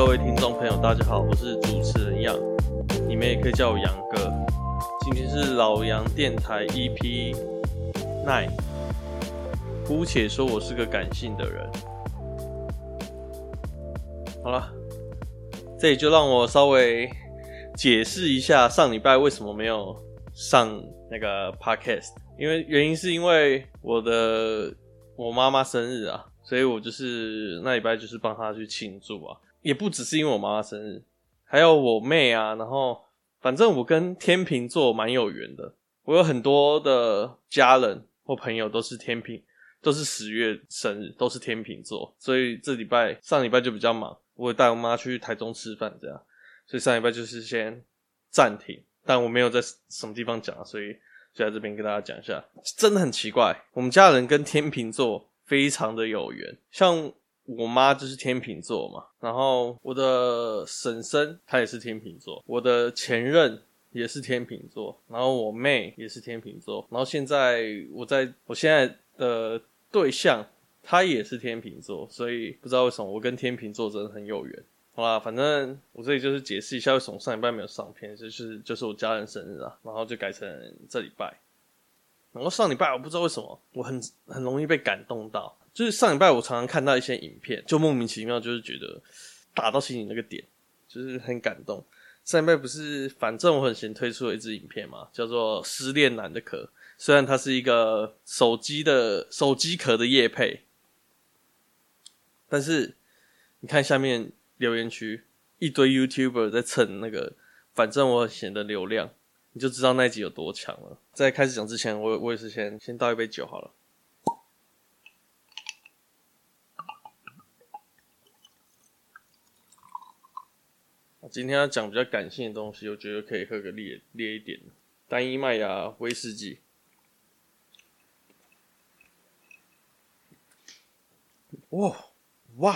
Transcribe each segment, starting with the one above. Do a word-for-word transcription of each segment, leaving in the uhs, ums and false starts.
各位听众朋友，大家好，我是主持人杨，你们也可以叫我杨哥。今天是老杨电台 E P 九，姑且说我是个感性的人。好了，这里就让我稍微解释一下上礼拜为什么没有上那个 podcast， 因为原因是因为我的我妈妈生日啊，所以我就是那礼拜就是帮她去庆祝啊，也不只是因为我妈妈生日，还有我妹啊，然后反正我跟天秤座蛮有缘的，我有很多的家人或朋友都是天秤，都是十月生日，都是天秤座，所以这礼拜上礼拜就比较忙，我也带我妈去台中吃饭这样，所以上礼拜就是先暂停，但我没有在什么地方讲啊，所以就在这边跟大家讲一下，真的很奇怪，我们家人跟天秤座非常的有缘，像我妈就是天秤座嘛，然后我的婶婶她也是天秤座，我的前任也是天秤座，然后我妹也是天秤座，然后现在我在我现在的对象他也是天秤座，所以不知道为什么我跟天秤座真的很有缘。好啦，反正我这里就是解释一下为什么上礼拜没有上片，就是就是我家人生日啊，然后就改成这礼拜。然后上礼拜我不知道为什么我很很容易被感动到，就是上礼拜我常常看到一些影片，就莫名其妙就是觉得打到心里那个点，就是很感动。上礼拜不是反正我很闲推出了一支影片嘛，叫做失恋男的壳，虽然它是一个手机的手机壳的业配，但是你看下面留言区一堆 YouTuber 在蹭那个反正我很闲的流量，你就知道那一集有多强了。在开始讲之前，我我也是先先倒一杯酒好了。今天要讲比较感性的东西，我觉得可以喝个烈烈一点的单一麦芽威士忌。哇哇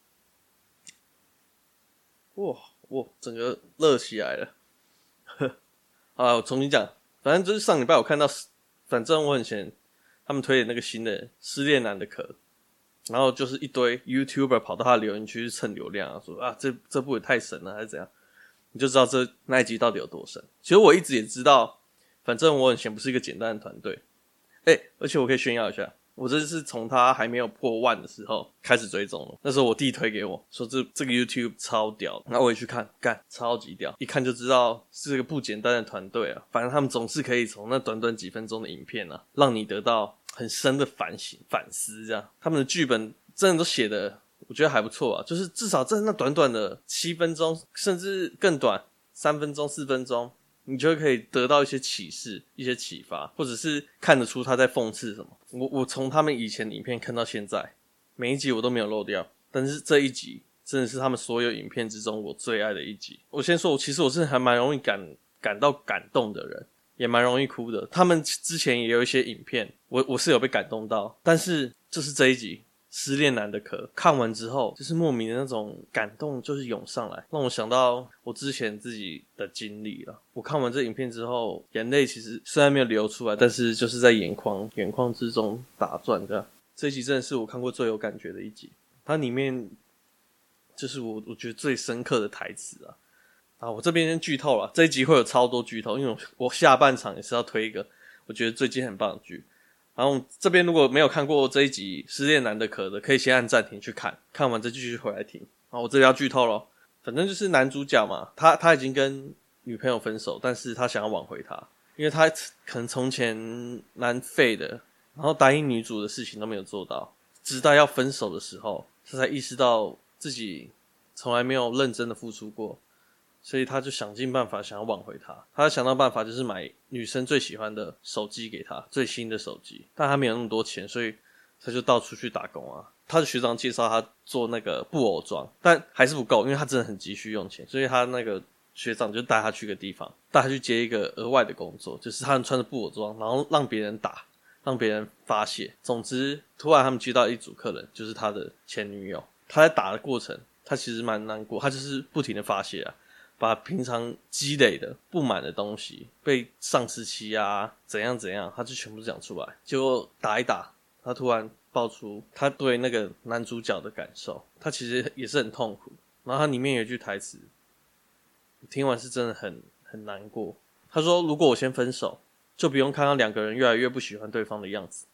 哇哇，整个热起来了。好啦，我重新讲，反正就是上礼拜我看到，反正我很闲，他们推的那个新的失恋男的壳，然后就是一堆 YouTuber 跑到他的留言区去蹭流量啊，说啊这这部也太神了还是怎样，你就知道这那一集到底有多神。其实我一直也知道，反正我很闲不是一个简单的团队，哎、欸，而且我可以炫耀一下。我这是从他还没有破万的时候开始追踪了，那时候我弟推给我说这这个 YouTube 超屌，然后我也去看，干超级屌，一看就知道是个不简单的团队啊。反正他们总是可以从那短短几分钟的影片啊，让你得到很深的反省反思这样。他们的剧本真的都写的我觉得还不错啊，就是至少在那短短的七分钟甚至更短三分钟四分钟，你就可以得到一些启示一些启发，或者是看得出他在讽刺什么。我我从他们以前的影片看到现在，每一集我都没有漏掉，但是这一集真的是他们所有影片之中我最爱的一集。我先说，我其实我是还蛮容易感感到感动的人，也蛮容易哭的。他们之前也有一些影片我我是有被感动到，但是就是这一集失恋男的壳看完之后，就是莫名的那种感动就是涌上来，让我想到我之前自己的经历了。我看完这影片之后，眼泪其实虽然没有流出来，但是就是在眼眶眼眶之中打转这样。这一集真的是我看过最有感觉的一集，它里面就是我我觉得最深刻的台词啊。啊，我这边先剧透了，这一集会有超多剧透，因为我我下半场也是要推一个我觉得最近很棒的剧。然后这边如果没有看过这一集失恋男的壳的，可以先按暂停去看，看完再继续回来听。好，我这里要剧透咯，反正就是男主角嘛，他他已经跟女朋友分手，但是他想要挽回她，因为他可能从前蛮废的，然后答应女主的事情都没有做到，直到要分手的时候，他才意识到自己从来没有认真的付出过，所以他就想尽办法想要挽回她。他想到办法就是买女生最喜欢的手机给她，最新的手机，但他没有那么多钱，所以他就到处去打工啊。他的学长介绍他做那个布偶装，但还是不够，因为他真的很急需用钱，所以他那个学长就带他去个地方，带他去接一个额外的工作，就是他们穿着布偶装，然后让别人打，让别人发泄。总之突然他们接到一组客人，就是他的前女友。他在打的过程他其实蛮难过，他就是不停的发泄啊，把平常积累的不满的东西，被上司欺压怎样怎样，他就全部讲出来。结果打一打，他突然爆出他对那个男主角的感受，他其实也是很痛苦， 然后它里面有一句台词，我听完是真的很很难过。他说：“如果我先分手，就不用看到两个人越来越不喜欢对方的样子。”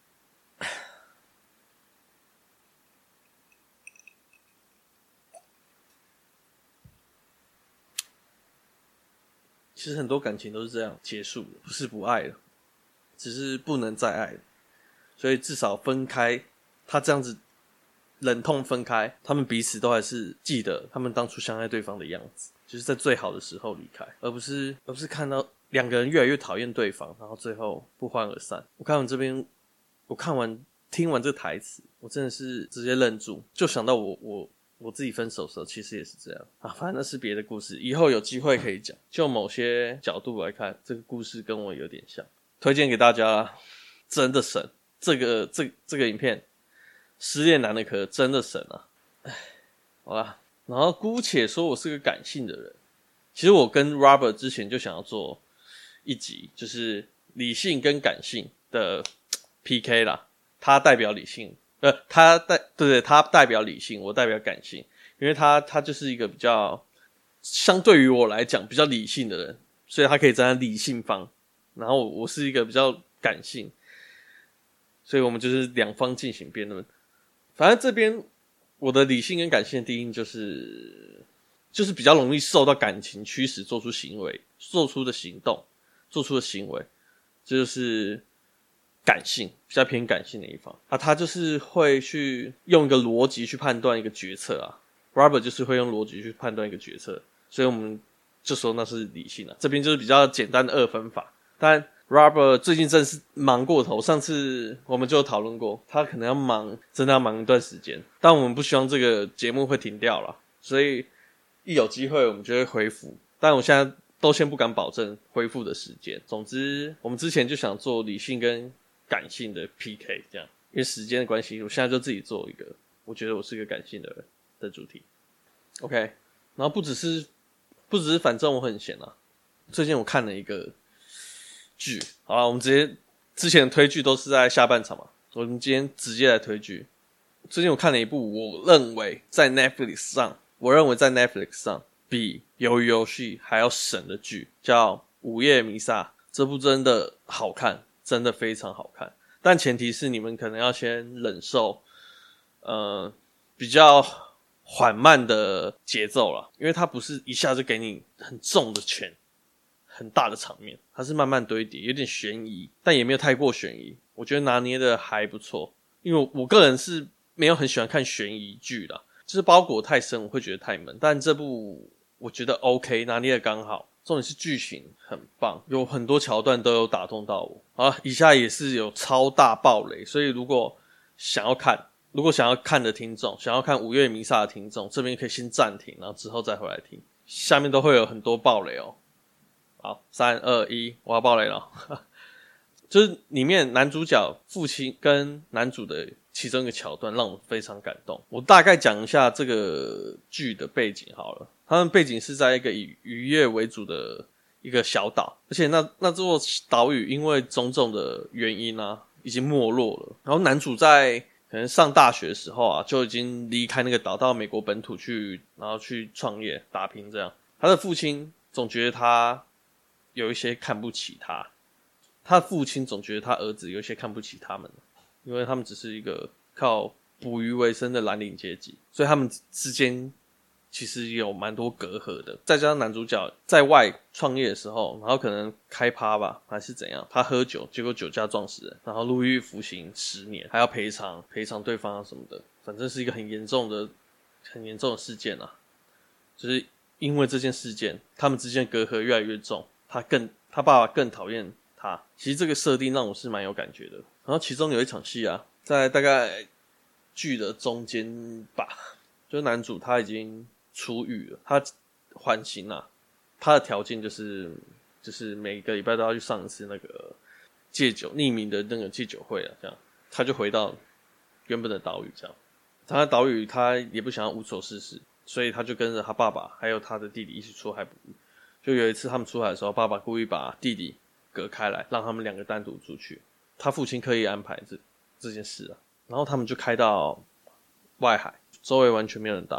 其实很多感情都是这样结束的，不是不爱了，只是不能再爱了。所以至少分开，他这样子忍痛分开，他们彼此都还是记得他们当初相爱对方的样子，就是在最好的时候离开，而不是而不是看到两个人越来越讨厌对方，然后最后不欢而散。我看完这边，我看完听完这个台词，我真的是直接愣住，就想到我我。我自己分手的时候其实也是这样啊，反正那是别的故事，以后有机会可以讲。就某些角度来看，这个故事跟我有点像，推荐给大家啦，真的神！这个这这个影片，失恋男的壳真的神啊！唉，好啦，然后姑且说我是个感性的人，其实我跟 Robert 之前就想要做一集，就是理性跟感性的 P K 啦，他代表理性。呃，他代对对，他代表理性，我代表感性，因为他他就是一个比较相对于我来讲比较理性的人，所以他可以站在理性方，然后我是一个比较感性，所以我们就是两方进行辩论。反正这边我的理性跟感性的定义就是就是比较容易受到感情驱使做出行为，做出的行动，做出的行为，这就是感性，比较偏感性的一方啊，他就是会去用一个逻辑去判断一个决策啊 ，Robert 就是会用逻辑去判断一个决策，所以我们就说那是理性啊。这边就是比较简单的二分法，但 Robert 最近真的是忙过头，上次我们就有讨论过，他可能要忙，真的要忙一段时间，但我们不希望这个节目会停掉了，所以一有机会我们就会恢复，但我现在都先不敢保证恢复的时间。总之，我们之前就想做理性跟感性的 P K 这样，因为时间的关系，我现在就自己做一个，我觉得我是一个感性的人的主题。OK， 然后不只是不只是反正我很闲啊，最近我看了一个剧，好啦，我们直接之前的推剧都是在下半场嘛，我们今天直接来推剧。最近我看了一部，我认为在 Netflix 上，我认为在 Netflix 上比鱿鱼游戏还要神的剧，叫《午夜弥撒》。这部真的好看。真的非常好看，但前提是你们可能要先忍受呃比较缓慢的节奏啦，因为它不是一下就给你很重的拳很大的场面，它是慢慢堆叠，有点悬疑，但也没有太过悬疑，我觉得拿捏的还不错。因为我个人是没有很喜欢看悬疑剧啦，就是包裹太深我会觉得太闷，但这部我觉得 OK， 拿捏的刚好，重点是剧情很棒，有很多桥段都有打动到我。好，以下也是有超大爆雷，所以如果想要看，如果想要看的听众，想要看午夜弥撒的听众，这边可以先暂停，然后之后再回来听。下面都会有很多爆雷哦。好，三二一，我要爆雷了。就是里面男主角父亲跟男主的其中一个桥段让我非常感动。我大概讲一下这个剧的背景好了。他们背景是在一个以渔业为主的一个小岛，而且那那座岛屿因为种种的原因啊，已经没落了。然后男主在可能上大学的时候啊，就已经离开那个岛到美国本土去，然后去创业打拼这样。他的父亲总觉得他有一些看不起他。他的父亲总觉得他儿子有些看不起他们，因为他们只是一个靠捕鱼为生的蓝领阶级，所以他们之间其实有蛮多隔阂的。再加上男主角在外创业的时候，然后可能开趴吧还是怎样，他喝酒结果酒驾撞死人，然后入狱服刑十年，还要赔偿赔偿对方什么的，反正是一个很严重的很严重的事件啊。就是因为这件事件，他们之间隔阂越来越重，他更他爸爸更讨厌他。其实这个设定让我是蛮有感觉的。然后其中有一场戏啊，在大概剧的中间吧，就是男主他已经出狱了，他缓刑啊，他的条件就是就是每个礼拜都要去上一次那个戒酒匿名的那个戒酒会啊，这样他就回到原本的岛屿这样。他的岛屿他也不想要无所事事，所以他就跟着他爸爸还有他的弟弟一起出海捕鱼。就有一次他们出海的时候，爸爸故意把弟弟隔开来，让他们两个单独出去。他父亲刻意安排这这件事啊，然后他们就开到外海，周围完全没有人打扰。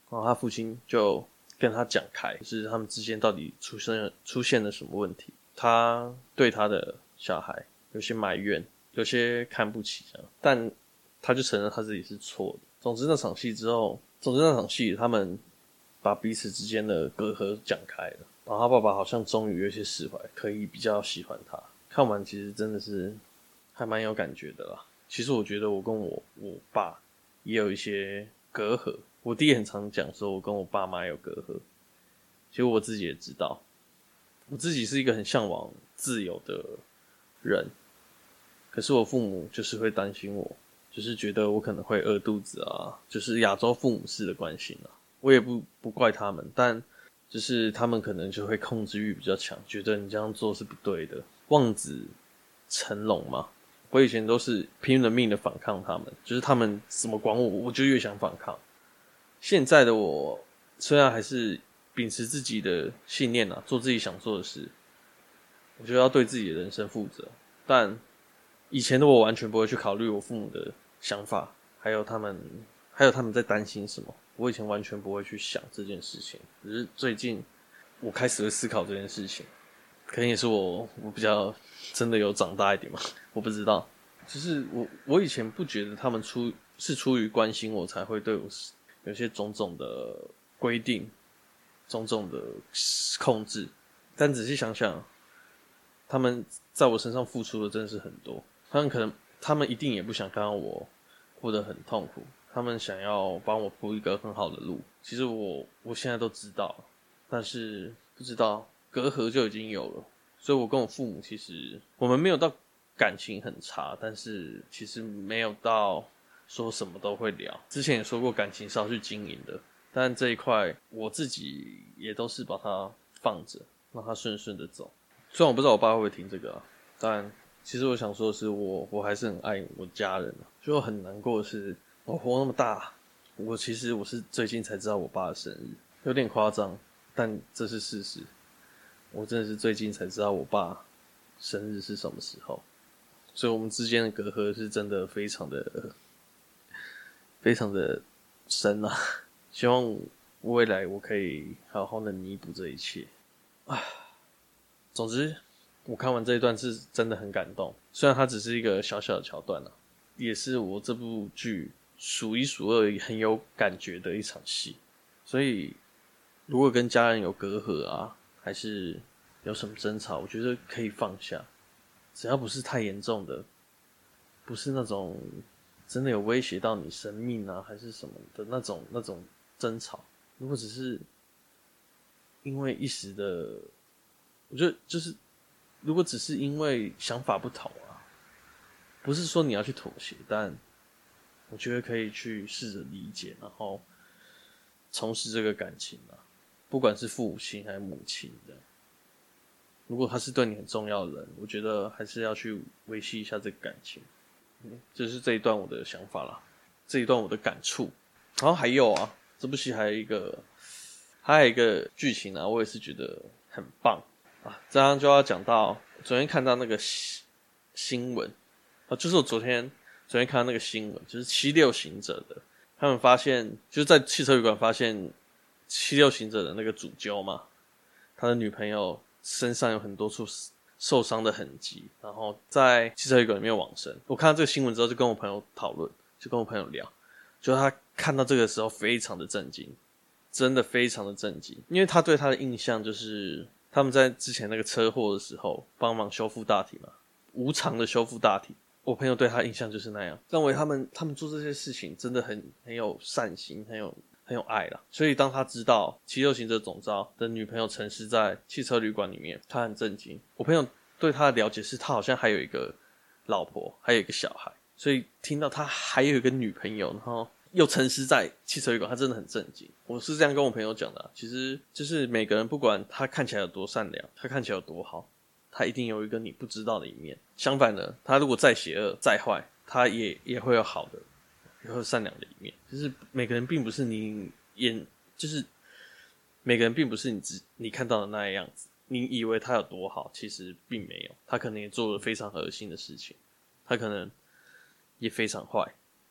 然后他父亲就跟他讲开，就是他们之间到底出现了出现了什么问题。他对他的小孩有些埋怨，有些看不起这样，但他就承认他自己是错的。总之那场戏之后，总之那场戏他们把彼此之间的隔阂讲开了，然后他爸爸好像终于有些释怀，可以比较喜欢他。看完其实真的是还蛮有感觉的啦。其实我觉得我跟我我爸也有一些隔阂，我弟很常讲说我跟我爸妈有隔阂，其实我自己也知道，我自己是一个很向往自由的人，可是我父母就是会担心我，就是觉得我可能会饿肚子啊，就是亚洲父母式的关心啊，我也不不怪他们，但就是他们可能就会控制欲比较强，觉得你这样做是不对的，望子成龙嘛。我以前都是拼了命的反抗他们，就是他们怎么管我，我就越想反抗。现在的我虽然还是秉持自己的信念啊，做自己想做的事，我觉得要对自己的人生负责。但以前的我完全不会去考虑我父母的想法，还有他们，还有他们在担心什么。我以前完全不会去想这件事情，只是最近我开始会思考这件事情。可能也是我我比较真的有长大一点嘛，我不知道。就是我我以前不觉得他们出是出于关心我才会对我有些种种的规定、种种的控制，但仔细想想，他们在我身上付出的真的是很多。他们可能他们一定也不想看到我过得很痛苦，他们想要帮我铺一个很好的路。其实我我现在都知道，但是不知道。隔阂就已经有了，所以我跟我父母其实我们没有到感情很差，但是其实没有到说什么都会聊。之前也说过感情是要去经营的，但这一块我自己也都是把它放着，让它顺顺的走。虽然我不知道我爸会不会听这个啊，但其实我想说的是我我还是很爱我家人啊。就很难过的是我活那么大，我其实我是最近才知道我爸的生日，有点夸张，但这是事实。我真的是最近才知道我爸生日是什么时候，所以我们之间的隔阂是真的非常的非常的深啊。希望未来我可以好好的弥补这一切。唉，总之我看完这一段是真的很感动，虽然它只是一个小小的桥段啊，也是我这部剧数一数二很有感觉的一场戏。所以如果跟家人有隔阂啊，还是有什么争吵，我觉得可以放下，只要不是太严重的，不是那种真的有威胁到你生命啊，还是什么的那种那种争吵。如果只是因为一时的，我觉得就是如果只是因为想法不同啊，不是说你要去妥协，但我觉得可以去试着理解，然后重拾这个感情啊。不管是父亲还是母亲的，如果他是对你很重要的人，我觉得还是要去维系一下这个感情。嗯，这是这一段我的想法啦，这一段我的感触。然后还有啊，这部戏还有一个，还有一个剧情啊，我也是觉得很棒啊。这样就要讲到昨天看到那个新闻啊，就是我昨天昨天看到那个新闻，就是七六行者的，他们发现就是在汽车旅馆发现。七六行者的那个主揪嘛，他的女朋友身上有很多处受伤的痕迹，然后在汽车旅馆里面往生。我看到这个新闻之后，就跟我朋友讨论，就跟我朋友聊，就他看到这个时候非常的震惊，真的非常的震惊，因为他对他的印象就是他们在之前那个车祸的时候帮忙修复大体嘛，无偿的修复大体。我朋友对他的印象就是那样，认为他们他们做这些事情真的很很有善心，很有。很有爱啦，所以当他知道七六行者总召的女朋友沉尸在汽车旅馆里面，他很震惊。我朋友对他的了解是他好像还有一个老婆，还有一个小孩，所以听到他还有一个女朋友，然后又沉尸在汽车旅馆，他真的很震惊。我是这样跟我朋友讲的啊，其实就是每个人不管他看起来有多善良，他看起来有多好，他一定有一个你不知道的一面。相反的，他如果再邪恶再坏，他也也会有好的。也会有善良的一面，就是每个人并不是你眼，就是每个人并不是你只你看到的那样子。你以为他有多好，其实并没有，他可能也做了非常恶心的事情，他可能也非常坏。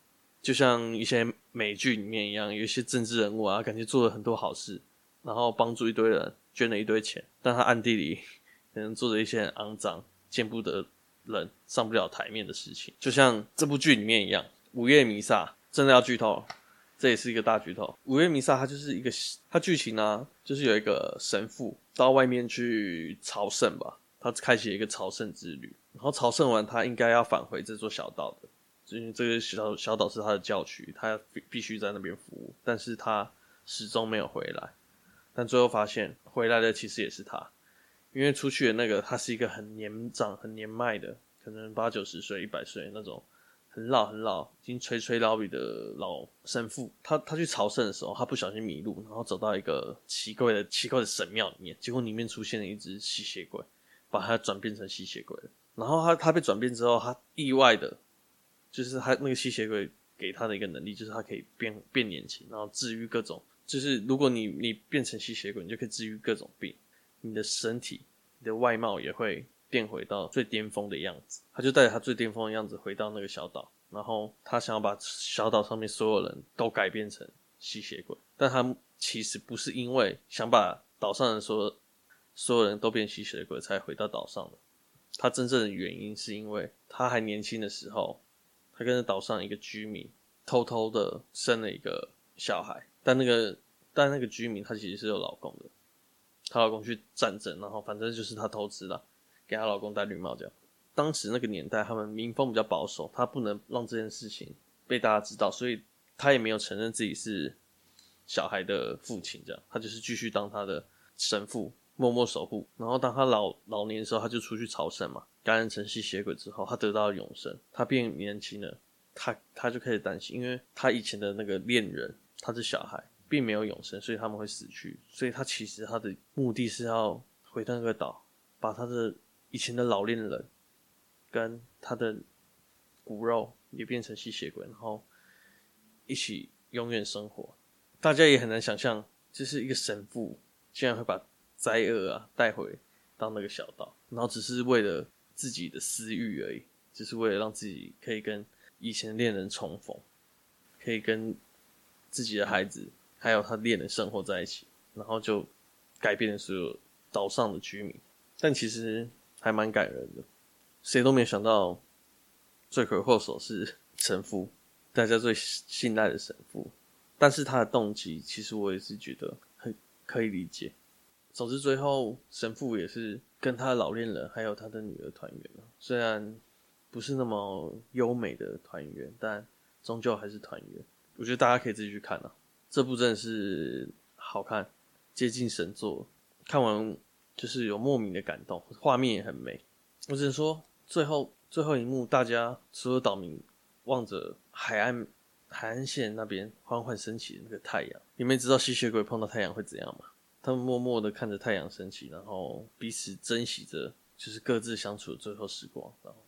就像一些美剧里面一样，有一些政治人物啊，感觉做了很多好事，然后帮助一堆人，捐了一堆钱，但他暗地里可能做着一些很肮脏、见不得人、上不了台面的事情，就像这部剧里面一样，《午夜弥撒》真的要剧透了，这也是一个大剧透。《午夜弥撒》它就是一个，它剧情啊，就是有一个神父到外面去朝圣吧，他开启了一个朝圣之旅，然后朝圣完，他应该要返回这座小岛的。因为这个小小岛是他的教区，他必须在那边服务，但是他始终没有回来。但最后发现回来的其实也是他，因为出去的那个他是一个很年长、很年迈的，可能八九十岁、一百岁那种很老很老、已经垂垂老矣的老神父。他他去朝圣的时候，他不小心迷路，然后走到一个奇怪的奇怪的神庙里面，结果里面出现了一只吸血鬼，把他转变成吸血鬼了。然后他他被转变之后，他意外的。就是他那个吸血鬼给他的一个能力，就是他可以变变年轻，然后治愈各种。就是如果你你变成吸血鬼，你就可以治愈各种病，你的身体、你的外貌也会变回到最巅峰的样子。他就带着他最巅峰的样子回到那个小岛，然后他想要把小岛上面所有人都改变成吸血鬼，但他其实不是因为想把岛上的所有所有人都变吸血鬼才回到岛上的。他真正的原因是因为他还年轻的时候。他跟着岛上一个居民偷偷的生了一个小孩，但那个但那个居民她其实是有老公的，她老公去战争，然后反正就是她偷吃啦，给她老公戴绿帽这样。当时那个年代他们民风比较保守，她不能让这件事情被大家知道，所以她也没有承认自己是小孩的父亲这样，她就是继续当她的神父，默默守护。然后当她老老年的时候，她就出去朝圣嘛，感染成吸血鬼之后，他得到了永生，他变年轻了，他他就开始担心，因为他以前的那个恋人，他是小孩，并没有永生，所以他们会死去，所以他其实他的目的是要回到那个岛，把他的以前的老恋人跟他的骨肉也变成吸血鬼，然后一起永远生活。大家也很难想象，就是一个神父竟然会把灾厄啊带回到那个小岛，然后只是为了自己的私欲而已，只是为了让自己可以跟以前的恋人重逢，可以跟自己的孩子还有他恋人生活在一起，然后就改变了所有岛上的居民。但其实还蛮感人的，谁都没有想到罪魁祸首是神父，大家最信赖的神父。但是他的动机其实我也是觉得很可以理解。总之最后神父也是跟他的老恋人还有他的女儿团圆了，虽然不是那么优美的团圆，但终究还是团圆。我觉得大家可以自己去看啊，这部真的是好看，接近神作，看完就是有莫名的感动，画面也很美。我只能说最后最后一幕，大家所有岛民望着海岸海岸线那边缓缓升起的那个太阳，你们知道吸血鬼碰到太阳会怎样吗？他们默默的看着太阳升起，然后彼此珍惜着就是各自相处的最后时光，然后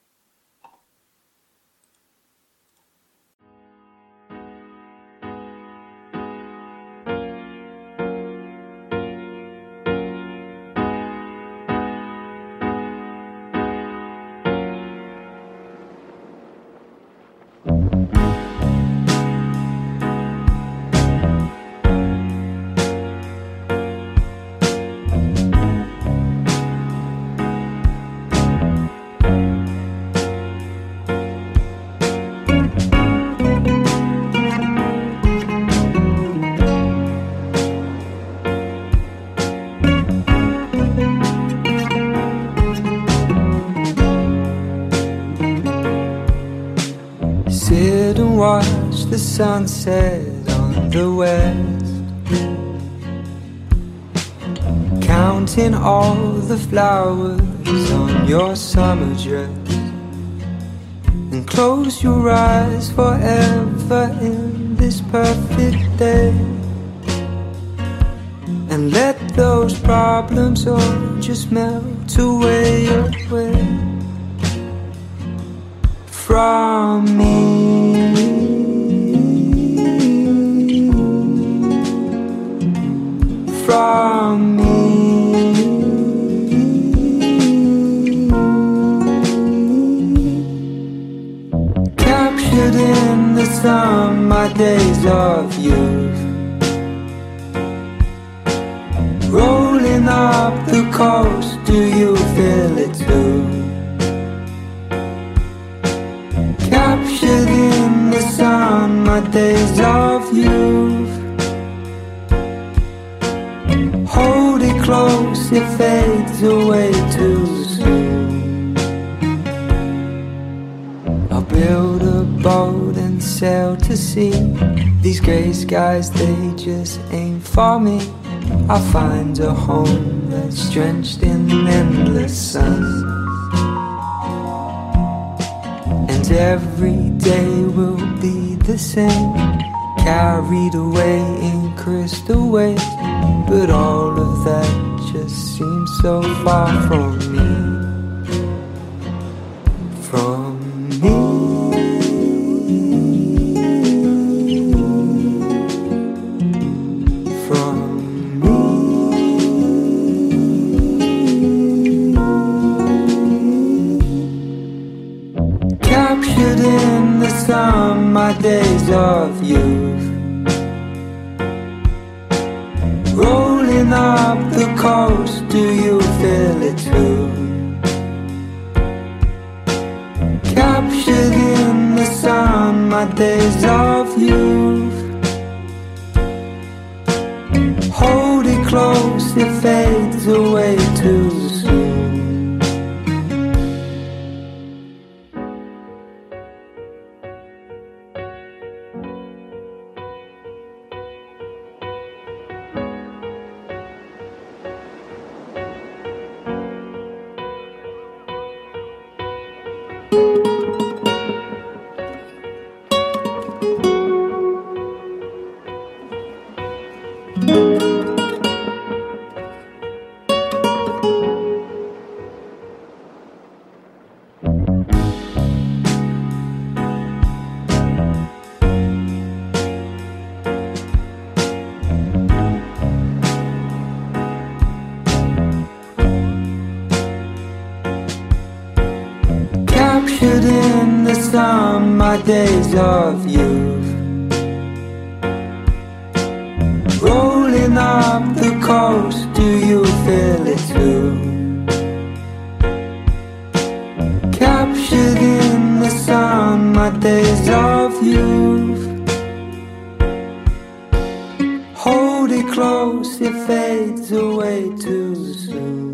sit and watch the sunset on the west, counting all the flowers on your summer dress, and close your eyes forever in this perfect day, and let those problems all just melt away, away from me, from me. Capture Captured in the sun, my days of youth, rolling up the coast, do you feel it too? Captured in the sun, my days of youth, hold it close, it fades away too soon. I'll build a boat and sail to sea, these grey skies, they just ain't for me. I'll find a home that's drenched in endless sun, and every day will be the same, carried away in crystal waves. But all of that just seems so far from me, from me. Captured in the sun, my days of youth, rolling up the coast, do you feel it too? Captured in the sun, my days of youth, hold it close, it fades away too soon. Captured in the sun, my days of youth, rolling up the coast, do you feel it too? Captured in the sun, my days of youth, hold it close, it fades away too soon.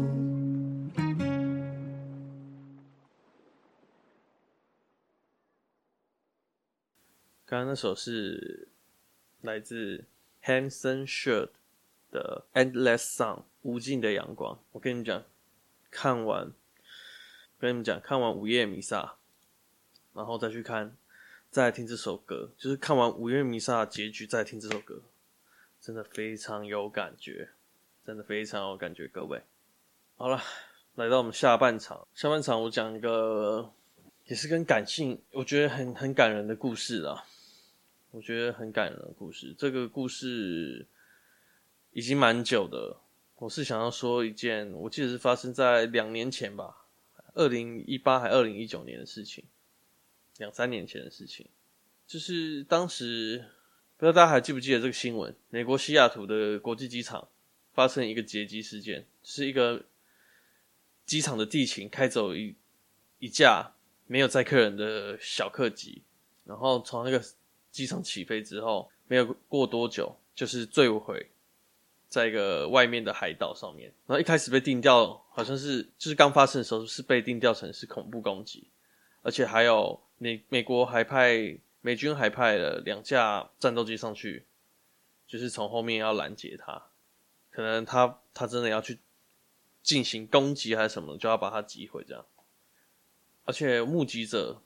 刚刚那首是来自 Hanson Shirt 的 Endless Sun 无尽的阳光。我跟你们讲，看完，跟你们讲，看完午夜弥撒，然后再去看，再来听这首歌，就是看完午夜弥撒的结局再来听这首歌，真的非常有感觉，真的非常有感觉，各位。好了，来到我们下半场，下半场我讲一个也是跟感性，我觉得很很感人的故事啦。我觉得很感人的故事，这个故事已经蛮久的。我是想要说一件，我记得是发生在两年前吧，二零一八还二零一九年的事情，两三年前的事情。就是当时不知道大家还记不记得这个新闻，美国西雅图的国际机场发生一个劫机事件，就是一个机场的地勤开走一一架没有载客人的小客机，然后从那个机场起飞之后，没有过多久，就是坠毁在一个外面的海岛上面。然后一开始被定调，好像是就是刚发生的时候是被定调成是恐怖攻击，而且还有美美国还派美军还派了两架战斗机上去，就是从后面要拦截他，可能他他真的要去进行攻击还是什么，就要把他击毁这样。而且目击者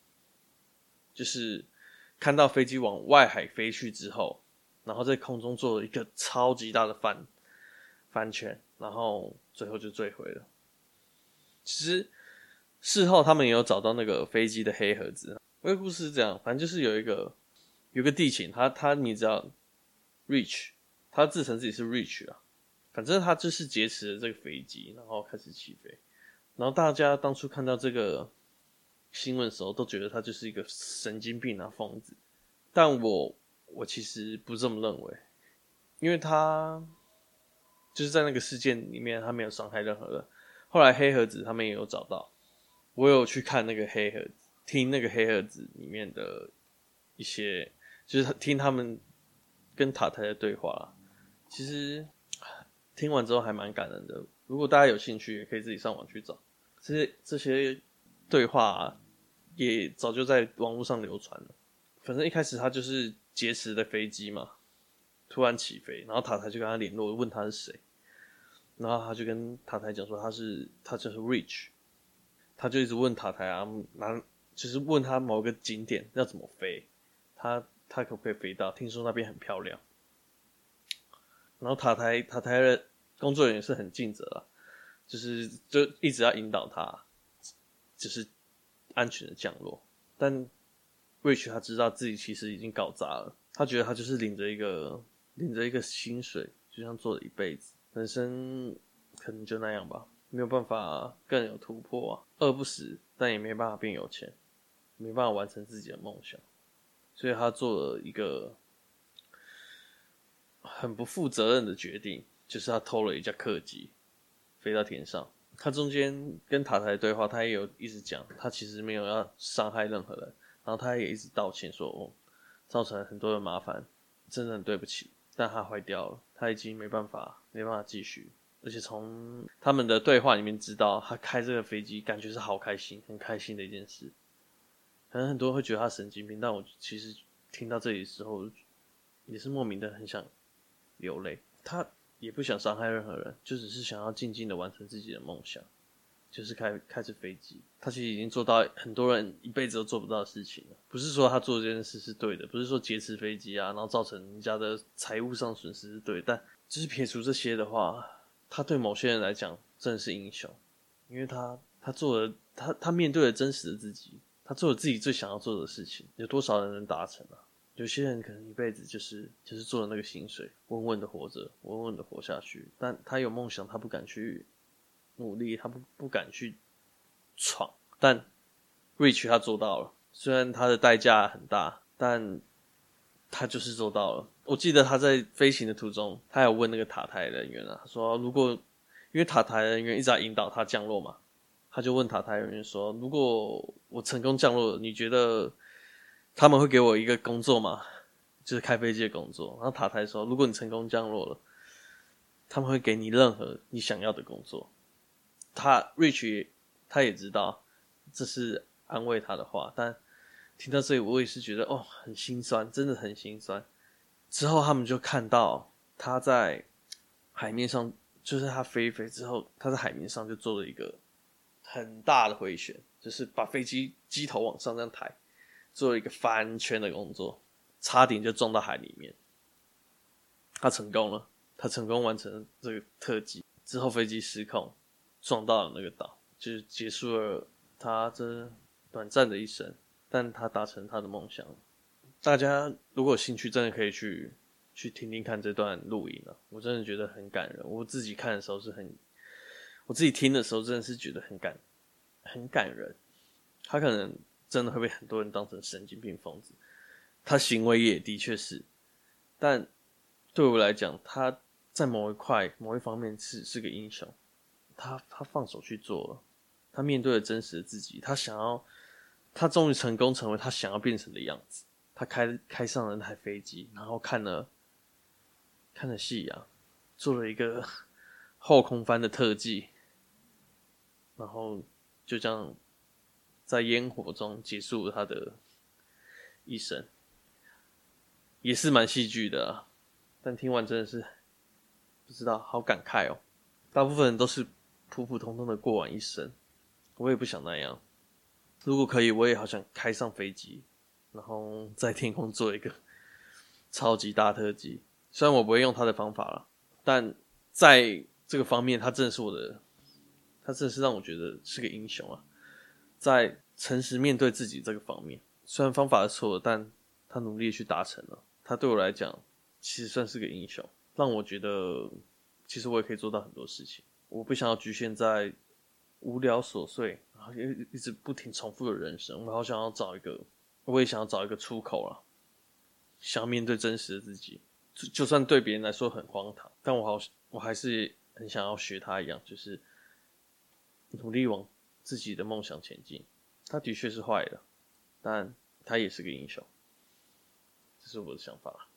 就是看到飞机往外海飞去之后，然后在空中做了一个超级大的翻翻圈，然后最后就坠毁了。其实事后他们也有找到那个飞机的黑盒子。这个故事是这样，反正就是有一个有一个地勤，他他你知道 Rich， 他自称自己是 Rich 啊，反正他就是劫持了这个飞机，然后开始起飞。然后大家当初看到这个新闻的时候，都觉得他就是一个神经病啊、疯子。但我我其实不这么认为，因为他就是在那个事件里面，他没有伤害任何人。后来黑盒子他们也有找到，我有去看那个黑盒子，听那个黑盒子里面的一些，就是听他们跟塔台的对话啦。其实听完之后还蛮感人的。如果大家有兴趣，也可以自己上网去找这些这些对话啊，也早就在网络上流传了。反正一开始他就是劫持的飞机嘛，突然起飞，然后塔台就跟他联络，问他是谁，然后他就跟塔台讲说他是他就是 Rich， 他就一直问塔台啊，拿就是问他某个景点要怎么飞，他他可不可以飞到？听说那边很漂亮。然后塔台塔台的工作人员是很尽责啦，就是就一直要引导他，就是安全的降落。但 Rich 他知道自己其实已经搞砸了，他觉得他就是领着一个领着一个薪水，就像做了一辈子，人生可能就那样吧，没有办法更有突破啊，饿不死，但也没办法变有钱，没办法完成自己的梦想，所以他做了一个很不负责任的决定，就是他偷了一架客机飞到天上。他中间跟塔台对话，他也有一直讲他其实没有要伤害任何人，然后他也一直道歉说哦，造成了很多的麻烦，真的很对不起。但他坏掉了，他已经没办法没办法继续。而且从他们的对话里面知道，他开这个飞机感觉是好开心很开心的一件事。可能很多人会觉得他神经病，但我其实听到这里的时候也是莫名的很想流泪。他也不想伤害任何人，就只是想要静静的完成自己的梦想，就是开开着飞机。他其实已经做到很多人一辈子都做不到的事情了。不是说他做这件事是对的，不是说劫持飞机啊，然后造成人家的财务上损失是对的，但就是撇除这些的话，他对某些人来讲真的是英雄，因为他他做了他他面对了真实的自己，他做了自己最想要做的事情。有多少人能达成啊？有些人可能一辈子就是就是做了那个薪水，稳稳的活着，稳稳的活下去。但他有梦想，他不敢去努力，他不不敢去闯。但 Rich 他做到了，虽然他的代价很大，但他就是做到了。我记得他在飞行的途中，他有问那个塔台人员啊，他说如果因为塔台人员一直在引导他降落嘛，他就问塔台人员说，如果我成功降落了，你觉得他们会给我一个工作吗？就是开飞机的工作。然后塔台说，如果你成功降落了，他们会给你任何你想要的工作。他 Rich 他也知道这是安慰他的话，但听到这里我也是觉得哦，很心酸，真的很心酸。之后他们就看到他在海面上，就是他飞一飞之后，他在海面上就做了一个很大的回旋，就是把飞机机头往上这样抬，做了一个翻圈的工作，差点就撞到海里面。他成功了，他成功完成了这个特技。之后飞机失控，撞到了那个岛，就是结束了他这短暂的一生。但他达成他的梦想。大家如果有兴趣，真的可以去去听听看这段录音啊，我真的觉得很感人。我自己看的时候是很，我自己听的时候真的是觉得很感很感人。他可能真的会被很多人当成神经病疯子，他行为也的确是，但对我来讲，他在某一块某一方面是是个英雄。他他放手去做了，他面对了真实的自己，他想要，他终于成功成为他想要变成的样子。他开开上了那台飞机，然后看了看了夕阳，做了一个后空翻的特技，然后就这样在烟火中结束了他的一生，也是蛮戏剧的啊。但听完真的是不知道，好感慨哦。大部分人都是普普通通的过完一生，我也不想那样。如果可以，我也好想开上飞机，然后在天空做一个超级大特技。虽然我不会用他的方法啦，但在这个方面，他真的是我的，他真的是让我觉得是个英雄啊。在诚实面对自己这个方面，虽然方法是错的，但他努力去达成了。他对我来讲，其实算是个英雄，让我觉得其实我也可以做到很多事情。我不想要局限在无聊琐碎，然后一直不停重复的人生，我好想要找一个，我也想要找一个出口了，想要面对真实的自己，就就算对别人来说很荒唐，但我好，我还是很想要学他一样，就是努力往自己的梦想前进。他的确是坏的，但他也是个英雄，这是我的想法。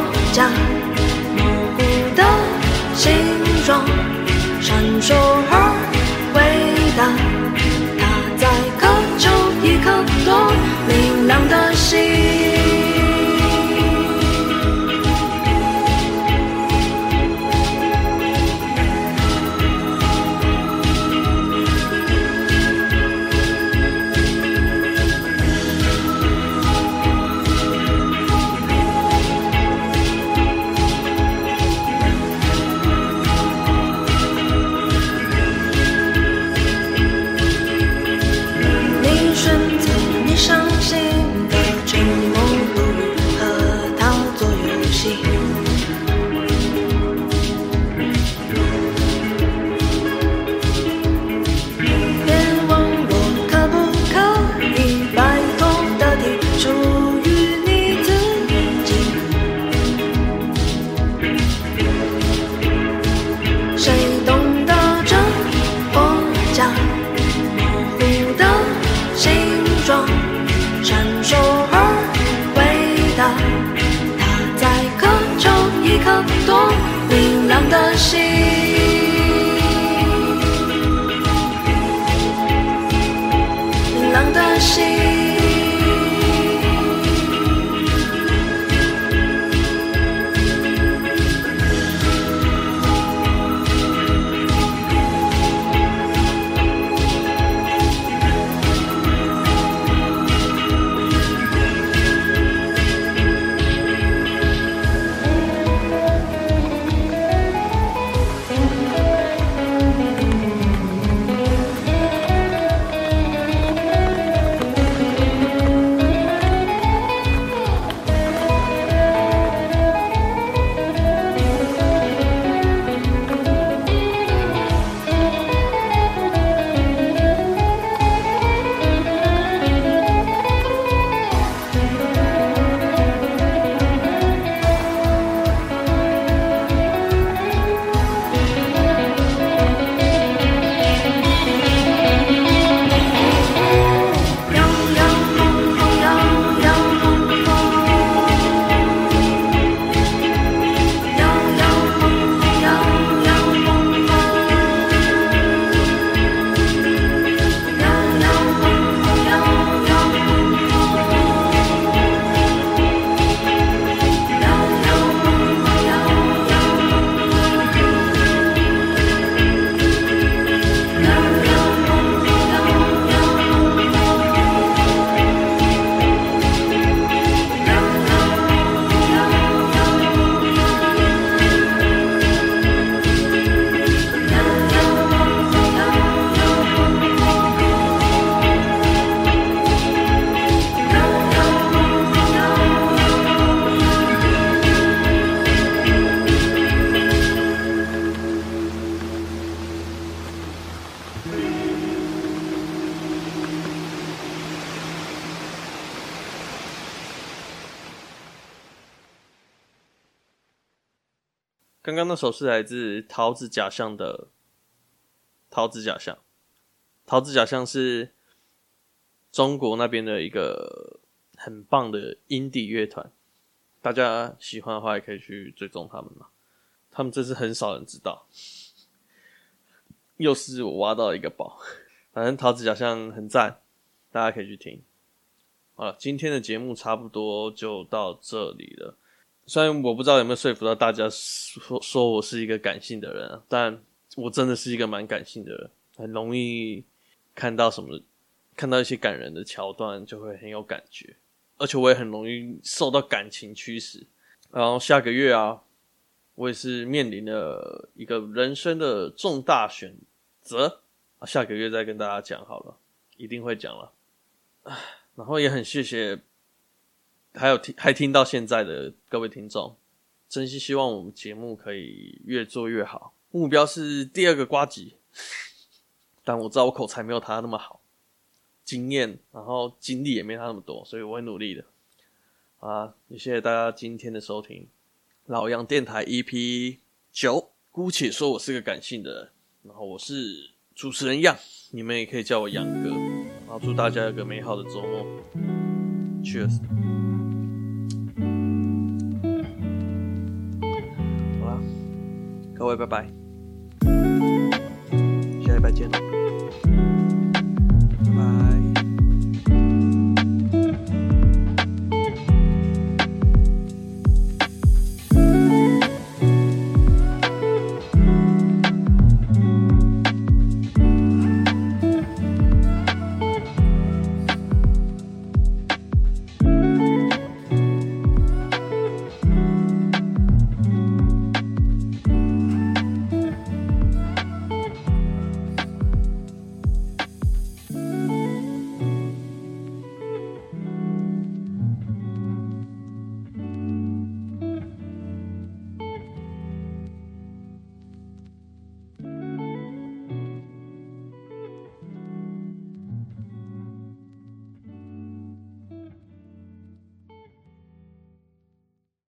模糊的形状闪烁而刚刚那首是来自桃子假象的桃子假象。桃子假象是中国那边的一个很棒的 indie 乐团，大家喜欢的话也可以去追踪他们嘛。他们这次很少人知道，又是我挖到一个宝。反正桃子假象很赞，大家可以去听。好了，今天的节目差不多就到这里了。虽然我不知道有没有说服到大家说说我是一个感性的人啊，但我真的是一个蛮感性的人，很容易看到什么，看到一些感人的桥段就会很有感觉，而且我也很容易受到感情驱使。然后下个月啊，我也是面临了一个人生的重大选择啊，下个月再跟大家讲好了，一定会讲了。然后也很谢谢还有听还听到现在的各位听众，真心希望我们节目可以越做越好。目标是第二个呱吉，但我知道我口才没有他那么好，经验然后经历也没他那么多，所以我会努力的。好啦，也谢谢大家今天的收听。老杨电台 E P 九，姑且说我是个感性的人，然后我是主持人杨，你们也可以叫我杨哥。然后祝大家有个美好的周末 ，Cheers。好啦，各位拜拜，下礼拜见。